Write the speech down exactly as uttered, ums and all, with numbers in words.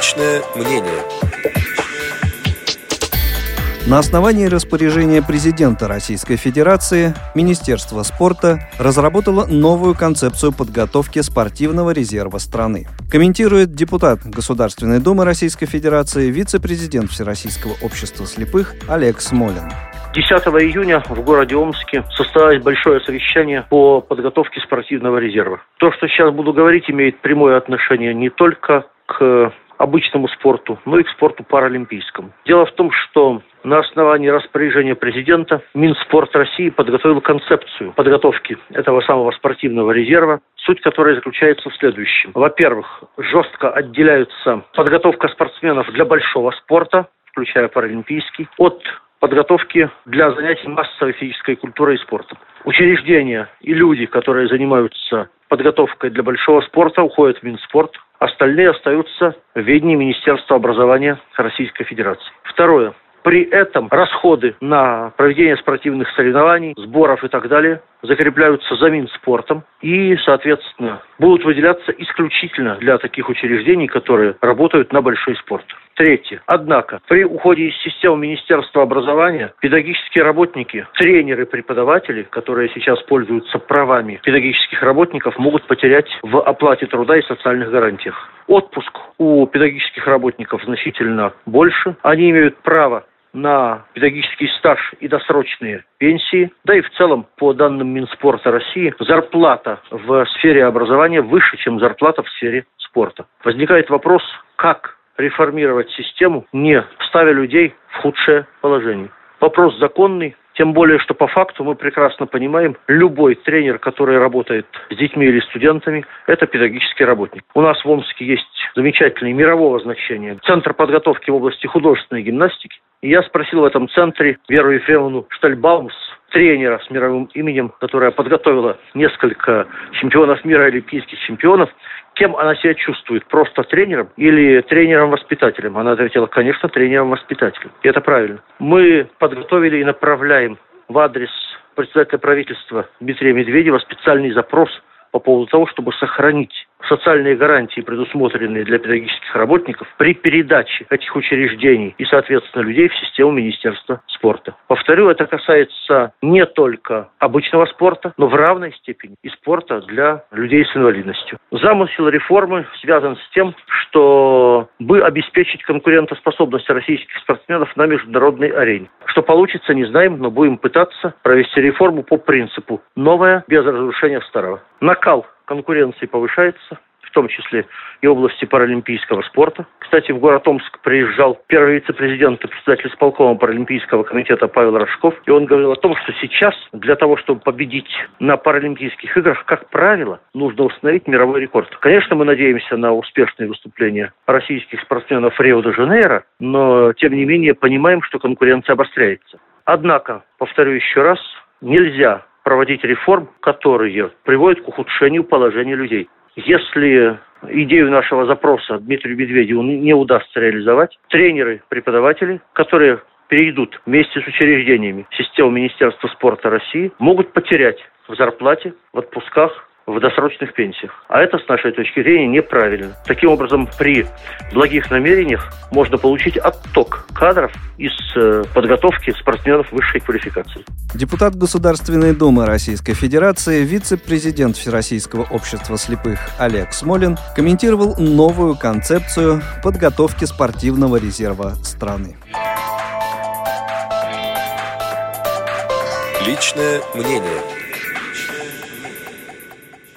Личное мнение. На основании распоряжения президента Российской Федерации Министерство спорта разработало новую концепцию подготовки спортивного резерва страны. Комментирует депутат Государственной Думы Российской Федерации, вице-президент Всероссийского общества слепых Олег Смолин. десятого июня в городе Омске состоялось большое совещание по подготовке спортивного резерва. То, что сейчас буду говорить, имеет прямое отношение не только к обычному спорту, но и к спорту паралимпийскому. Дело в том, что на основании распоряжения президента Минспорт России подготовил концепцию подготовки этого самого спортивного резерва, суть которой заключается в следующем. Во-первых, жестко отделяются подготовка спортсменов для большого спорта, включая паралимпийский, от подготовки для занятий массовой физической культурой и спортом. Учреждения и люди, которые занимаются подготовкой для большого спорта, уходят в Минспорт. Остальные остаются в ведении Министерства образования Российской Федерации. Второе. При этом расходы на проведение спортивных соревнований, сборов и так далее закрепляются за Минспортом и, соответственно, будут выделяться исключительно для таких учреждений, которые работают на большой спорт. Третье. Однако, при уходе из системы Министерства образования педагогические работники, тренеры, преподаватели, которые сейчас пользуются правами педагогических работников, могут потерять в оплате труда и социальных гарантиях. Отпуск у педагогических работников значительно больше. Они имеют право на педагогический стаж и досрочные пенсии, да и в целом, по данным Минспорта России, зарплата в сфере образования выше, чем зарплата в сфере спорта. Возникает вопрос, как реформировать систему, не ставя людей в худшее положение. Вопрос законный, тем более, что по факту мы прекрасно понимаем, любой тренер, который работает с детьми или студентами, это педагогический работник. У нас в Омске есть замечательный мирового значения Центр подготовки в области художественной гимнастики. И я спросил в этом центре Веру Ефремовну Штальбаумс, тренера с мировым именем, которая подготовила несколько чемпионов мира и олимпийских чемпионов, кем она себя чувствует, просто тренером или тренером-воспитателем. Она ответила, конечно, тренером-воспитателем. И это правильно. Мы подготовили и направляем в адрес председателя правительства Дмитрия Медведева специальный запрос по поводу того, чтобы сохранить социальные гарантии, предусмотренные для педагогических работников, при передаче этих учреждений и, соответственно, людей в систему Министерства спорта. Повторю, это касается не только обычного спорта, но в равной степени и спорта для людей с инвалидностью. Замысел реформы связан с тем, чтобы обеспечить конкурентоспособность российских спортсменов на международной арене. Что получится, не знаем, но будем пытаться провести реформу по принципу «новое без разрушения старого». Накал конкуренции повышается, в том числе и в области паралимпийского спорта. Кстати, в город Омск приезжал первый вице-президент и председатель исполкома Паралимпийского комитета Павел Рожков, и он говорил о том, что сейчас для того, чтобы победить на Паралимпийских играх, как правило, нужно установить мировой рекорд. Конечно, мы надеемся на успешные выступления российских спортсменов в Рио-де-Жанейро, но, тем не менее, понимаем, что конкуренция обостряется. Однако, повторю еще раз, нельзя проводить реформ, которые приводят к ухудшению положения людей. Если идею нашего запроса Дмитрию Медведеву не удастся реализовать, тренеры, преподаватели, которые перейдут вместе с учреждениями в систему Министерства спорта России, могут потерять в зарплате, в отпусках, в досрочных пенсиях. А это, с нашей точки зрения, неправильно. Таким образом, при благих намерениях можно получить отток кадров из э, подготовки спортсменов высшей квалификации. Депутат Государственной Думы Российской Федерации, вице-президент Всероссийского общества слепых Олег Смолин комментировал новую концепцию подготовки спортивного резерва страны. Личное мнение.